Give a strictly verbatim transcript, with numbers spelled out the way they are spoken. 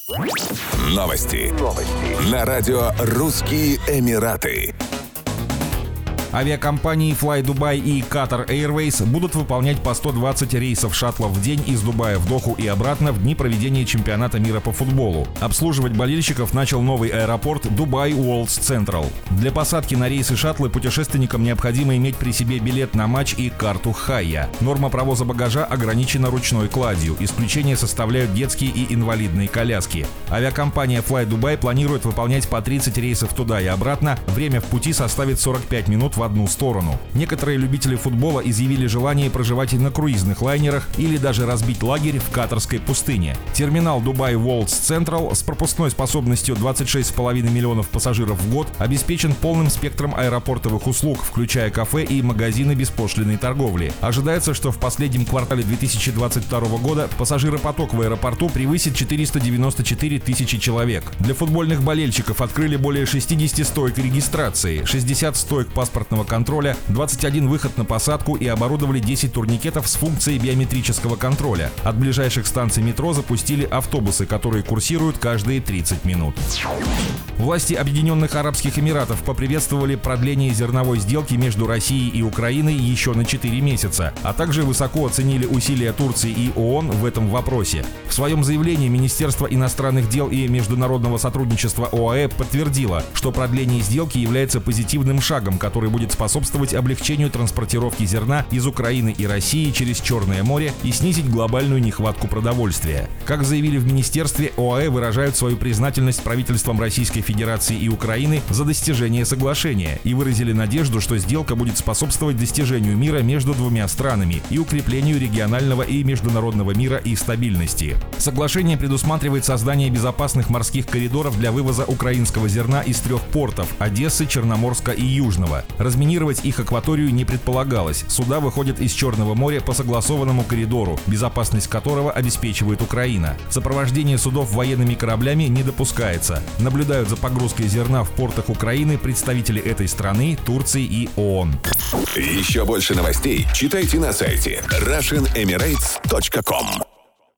Новости. Новости. На радио «Русские Эмираты». Авиакомпании Fly Dubai и Qatar Airways будут выполнять по сто двадцать рейсов шаттлов в день из Дубая в Доху и обратно в дни проведения чемпионата мира по футболу. Обслуживать болельщиков начал новый аэропорт Dubai Worlds Central. Для посадки на рейсы шаттлы путешественникам необходимо иметь при себе билет на матч и карту Хайя. Норма провоза багажа ограничена ручной кладью. Исключение составляют детские и инвалидные коляски. Авиакомпания Fly Dubai планирует выполнять по тридцать рейсов туда и обратно. Время в пути составит сорок пять минут в одну сторону. Некоторые любители футбола изъявили желание проживать на круизных лайнерах или даже разбить лагерь в катарской пустыне. Терминал Dubai Worlds Central с пропускной способностью двадцать шесть целых пять миллионов пассажиров в год обеспечен полным спектром аэропортовых услуг, включая кафе и магазины беспошлинной торговли. Ожидается, что в последнем квартале две тысячи двадцать второго года пассажиропоток в аэропорту превысит четыреста девяносто четыре тысячи человек. Для футбольных болельщиков открыли более шестьдесят стоек регистрации, шестьдесят стоек паспортного контроля, двадцать один выход на посадку и оборудовали десять турникетов с функцией биометрического контроля. От ближайших станций метро запустили автобусы, которые курсируют каждые тридцать минут. Власти Объединенных Арабских Эмиратов поприветствовали продление зерновой сделки между Россией и Украиной еще на четыре месяца, а также высоко оценили усилия Турции и ООН в этом вопросе. В своем заявлении Министерство иностранных дел и международного сотрудничества ОАЭ подтвердило, что продление сделки является позитивным шагом, который будет способствовать облегчению транспортировки зерна из Украины и России через Черное море и снизить глобальную нехватку продовольствия. Как заявили в министерстве, ОАЭ выражают свою признательность правительствам Российской Федерации и Украины за достижение соглашения и выразили надежду, что сделка будет способствовать достижению мира между двумя странами и укреплению регионального и международного мира и стабильности. Соглашение предусматривает создание безопасных морских коридоров для вывоза украинского зерна из трех портов – Одессы, Черноморска и Южного. Разминировать их акваторию не предполагалось. Суда выходят из Черного моря по согласованному коридору, безопасность которого обеспечивает Украина. Сопровождение судов военными кораблями не допускается. Наблюдают за погрузкой зерна в портах Украины представители этой страны, Турции и ООН. Еще больше новостей читайте на сайте Russian Emirates точка ком.